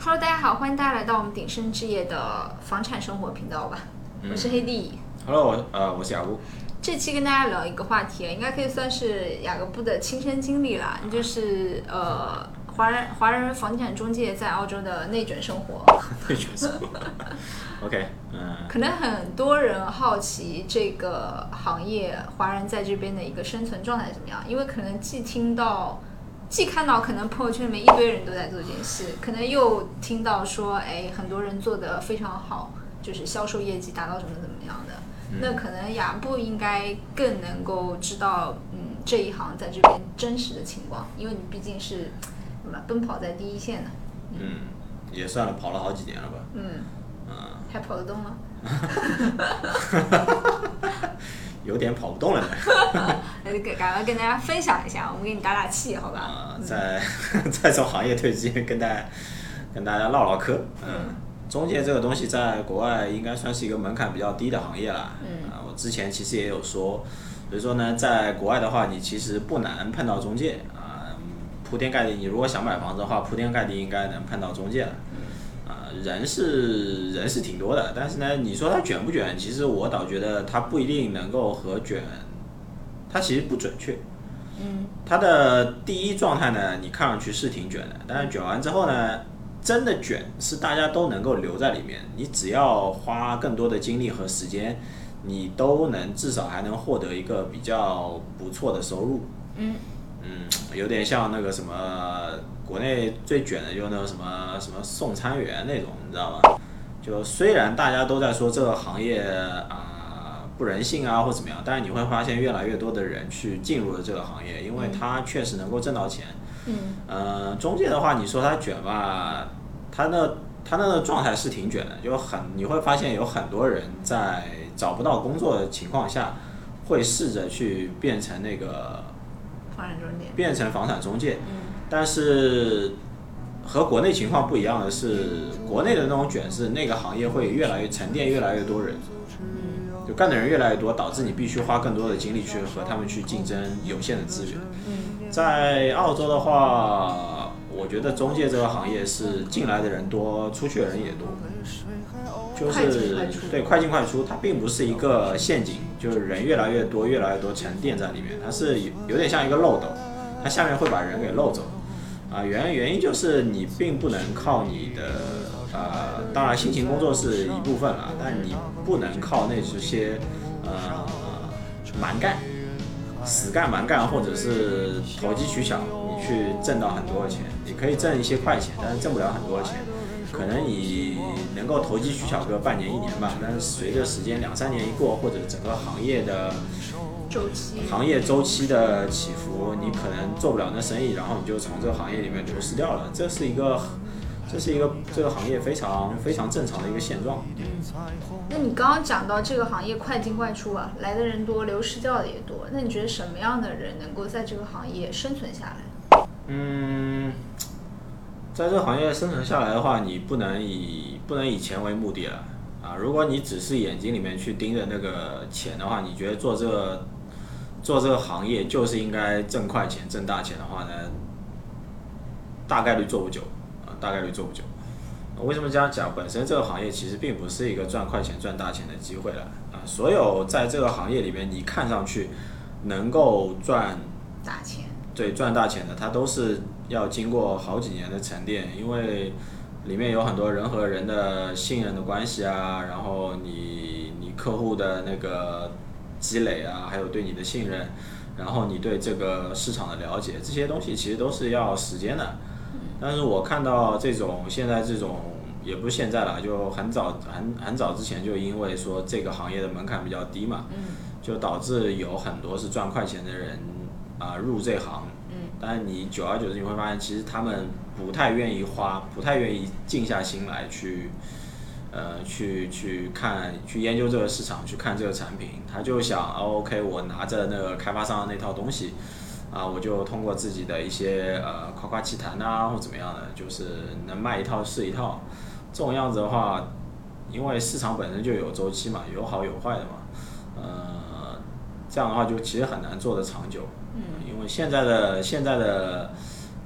Hello， 大家好，欢迎大家来到我们鼎盛置业的房产生活频道吧。我是黑弟。 Hello， 我是雅布。 这期跟大家聊一个话题，应该可以算是雅各布的亲身经历啦，就是华人房地产中介在澳洲的内卷生活。 内卷生活。OK， 可能很多人好奇这个行业华人在这边的一个生存状态怎么样，因为可能既看到可能朋友圈里面一堆人都在做这件事，可能又听到说，很多人做得非常好，就是销售业绩达到怎么样的。那可能雅布应该更能够知道，这一行在这边真实的情况，因为你毕竟是奔跑在第一线的。 也算了，跑了好几年了吧。 还跑得动吗？ 有点跑不动了呢。 赶快跟大家分享一下，我们给你打打气，好吧？ 在从行业退之前，跟大家唠唠嗑。中介这个东西在国外应该算是一个门槛比较低的行业啦。我之前其实也有说，所以说呢，在国外的话，你其实不难碰到中介啊。铺天盖地，你如果想买房子的话，铺天盖地应该能碰到中介了。人是挺多的，但是呢，你说它卷不卷？其实我倒觉得它不一定能够和卷，它其实不准确。它的第一状态呢，你看上去是挺卷的，但是卷完之后呢，真的卷是大家都能够留在里面。你只要花更多的精力和时间，你都能至少还能获得一个比较不错的收入。有点像那个什么，国内最卷的就那个什么送餐员那种，你知道吗？就虽然大家都在说这个行业不人性啊或怎么样，但是你会发现越来越多的人去进入了这个行业，因为它确实能够挣到钱。中介的话，你说它卷吧，它那个状态是挺卷的，你会发现有很多人在找不到工作的情况下，会试着去变成那个。变成房产中介，但是和国内情况不一样的是，国内的那种卷是那个行业会越来越沉淀，越来越多人，就干的人越来越多，导致你必须花更多的精力去和他们去竞争有限的资源。在澳洲的话，我觉得中介这个行业是进来的人多，出去的人也多，就是对快进快出，它并不是一个陷阱，就是人越来越多沉淀在里面，它是有点像一个漏斗，它下面会把人给漏走。原因就是你并不能靠你的当然辛勤工作是一部分了，但你不能靠那些蛮干、死干蛮干，或者是投机取巧，你去挣到很多的钱。你可以挣一些快钱，但是挣不了很多的钱。可能你能够投机取巧个半年一年吧，但是随着时间2-3年一过，或者整个行业周期的起伏，你可能做不了那生意，然后你就从这个行业里面流失掉了。这是一个这个行业非常非常正常的一个现状。 那你刚刚讲到这个行业快进快出啊，来的人多，流失掉的也多。那你觉得什么样的人能够在这个行业生存下来？ 在这个行业生存下来的话，你不能以钱为目的了如果你只是眼睛里面去盯着那个钱的话，你觉得做这个行业就是应该挣快钱、挣大钱的话呢，大概率做不久。为什么这样讲？本身这个行业其实并不是一个赚快钱、赚大钱的机会了所有在这个行业里面，你看上去能够赚大钱， 对，赚大钱的，它都是要经过好几年的沉淀，因为里面有很多人和人的信任的关系然后你客户的那个积累还有对你的信任，然后你对这个市场的了解，这些东西其实都是要时间的。但是我看到现在这种也不是现在了，就很早之前就因为说这个行业的门槛比较低嘛，就导致有很多是赚快钱的人入这行。但是你久而久之你会发现，其实他们不太愿意静下心来去研究这个市场，去看这个产品。他就想OK， 我拿着那个开发商的那套东西我就通过自己的一些夸夸其谈或怎么样的，就是能卖一套是一套。这种样子的话，因为市场本身就有周期嘛，有好有坏的嘛，这样的话就其实很难做得长久。因为现在的特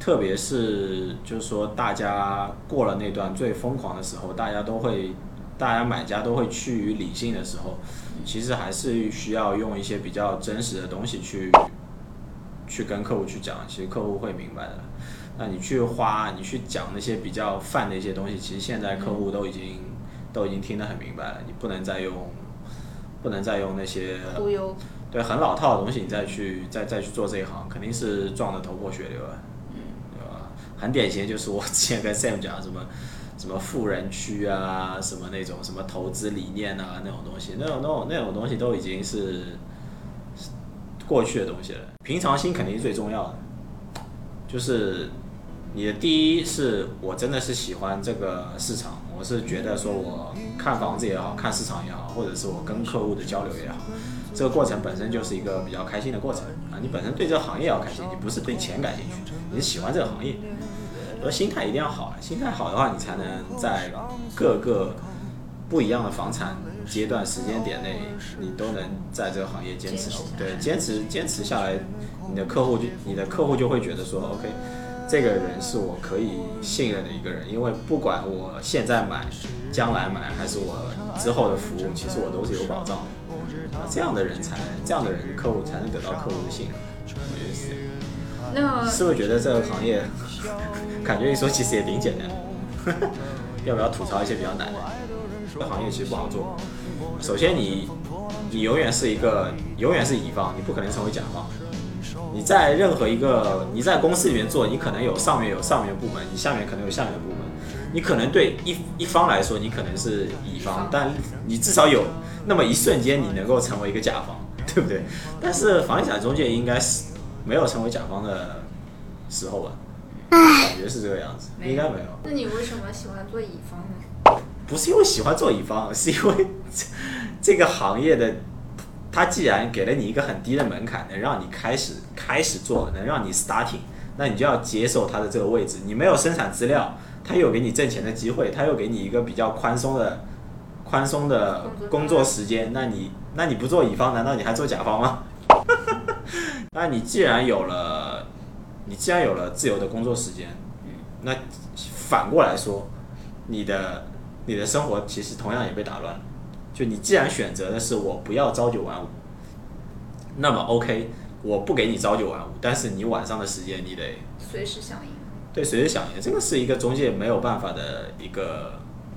特别是就是说大家过了那段最疯狂的时候，大家买家都会趋于理性的时候，其实还是需要用一些比较真实的东西去跟客户去讲，其实客户会明白的。那你去讲那些比较泛的一些东西，其实现在客户都已经听得很明白了，你不能再用那些忽悠， 对很老套的东西，你再去做这一行，肯定是撞得头破血流啊，对吧？很典型就是我之前跟 Sam 讲什么富人区啊，什么那种什么投资理念啊那种东西，那种东西都已经是过去的东西了。平常心肯定是最重要的，就是你的第一是我真的是喜欢这个市场，我是觉得说我看房子也好，看市场也好，或者是我跟客户的交流也好，这个过程本身就是一个比较开心的过程啊。你本身对这个行业要开心，你不是对钱感兴趣，你是喜欢这个行业。而心态一定要好，心态好的话，你才能在各个不一样的房产阶段、时间点内，你都能在这个行业坚持。对，坚持下来，你的客户就会觉得说 ，OK， 这个人是我可以信任的一个人，因为不管我现在买、将来买，还是我之后的服务，其实我都是有保障的。这样的人客户才能得到客户的信任。我觉得是这样。 那是不是觉得这个行业感觉一说其实也挺简单的？要不要吐槽一些比较难的？这个行业其实不好做。首先你永远是乙方，你不可能成为甲方。你在任何你在公司里面做，你可能有上面部门，你下面可能有下面的部门。你可能对一方来说，你可能是乙方，但你至少有那么一瞬间，你能够成为一个甲方，对不对？但是房地产中介应该是没有成为甲方的时候吧，感觉是这个样子，应该没有。 那你为什么喜欢做乙方呢？ 不是因为喜欢做乙方，是因为这个行业的，它既然给了你一个很低的门槛，能让你开始做，能让你 starting， 那你就要接受它的这个位置。你没有生产资料，它又给你挣钱的机会，它又给你一个比较宽松的工作时间，那你不做乙方，难道你还做甲方吗？那你既然有了自由的工作时间，那反过来说，你的生活其实同样也被打乱了。就你既然选择的是我不要朝九晚五，那么 OK， 我不给你朝九晚五，但是你晚上的时间你得随时响应。 对，随时响应，这个是一个中介没有办法的一个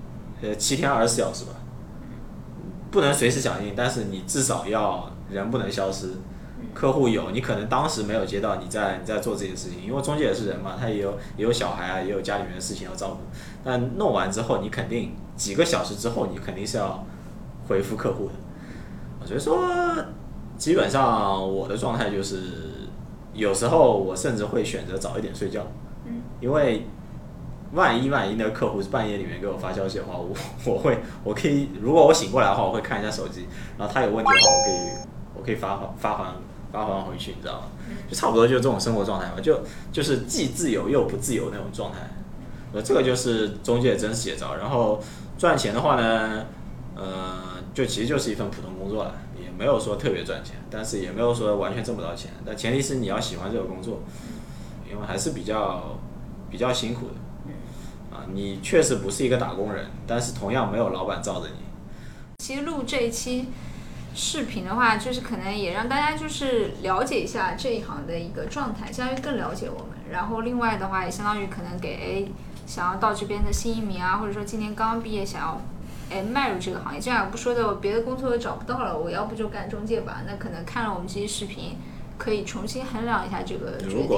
7天24小时吧，不能随时响应，但是你至少要人不能消失。客户有，你可能当时没有接到，你在做这件事情，因为中介也是人嘛，他也有小孩啊，也有家里面的事情要照顾。但弄完之后，你肯定几个小时之后，你肯定是要回复客户的。所以说，基本上我的状态就是，有时候我甚至会选择早一点睡觉，因为万一那个客户是半夜里面给我发消息的话，我可以，如果我醒过来的话，我会看一下手机，然后他有问题的话，我可以发还回去，你知道吗？就差不多就是这种生活状态吧，就是既自由又不自由那种状态。这个就是中介的真实写照。然后赚钱的话呢，就其实就是一份普通工作了，也没有说特别赚钱，但是也没有说完全挣不到钱。但前提是你要喜欢这个工作，因为还是比较辛苦的。你确实不是一个打工人，但是同样没有老板罩着你。 其实录这一期视频的话，就是可能也让大家就是了解一下这一行的一个状态，相当于更了解我们。然后另外的话，也相当于可能给想要到这边的新移民啊，或者说今年刚刚毕业想要迈入这个行业，这样不说的，我别的工作都找不到了，我要不就干中介吧。那可能看了我们这些视频，可以重新衡量一下这个决定。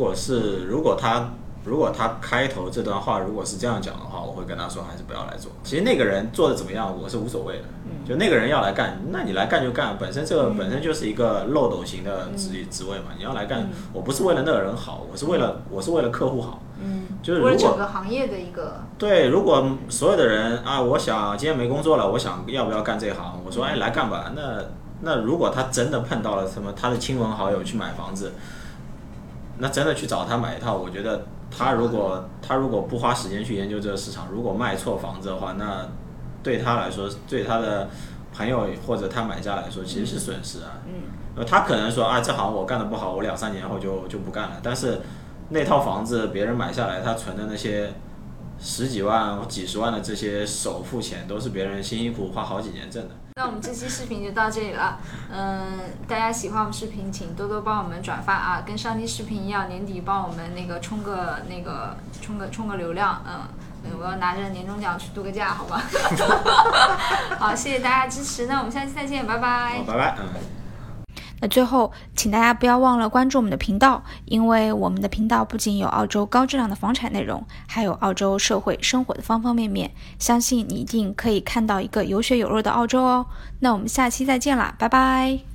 如果他开头这段话如果是这样讲的话，我会跟他说还是不要来做。其实那个人做的怎么样，我是无所谓的。就那个人要来干，那你来干就干，本身就是一个漏斗型的职位嘛。你要来干，我不是为了那个人好，我是为了客户好。就是如果为了整个行业的一个对，如果所有的人啊，我想今天没工作了，我想要不要干这一行？我说来干吧。那如果他真的碰到了什么他的亲朋好友去买房子，那真的去找他买一套，我觉得他如果不花时间去研究这个市场，如果卖错房子的话，那对他来说，对他的朋友或者他买家来说，其实是损失啊。他可能说这行我干得不好，我2-3年后就不干了。但是那套房子别人买下来，他存的那些十几万、几十万的这些首付钱，都是别人辛辛苦苦花好几年挣的。 那我们这期视频就到这里了，大家喜欢我们视频，请多多帮我们转发啊，跟上期视频一样，年底帮我们冲个流量，我要拿着年终奖去度个假，好吧？好，谢谢大家支持，那我们下期再见，拜拜。 好，拜拜。 那最后，请大家不要忘了关注我们的频道，因为我们的频道不仅有澳洲高质量的房产内容，还有澳洲社会生活的方方面面，相信你一定可以看到一个有血有肉的澳洲哦。那我们下期再见啦，拜拜。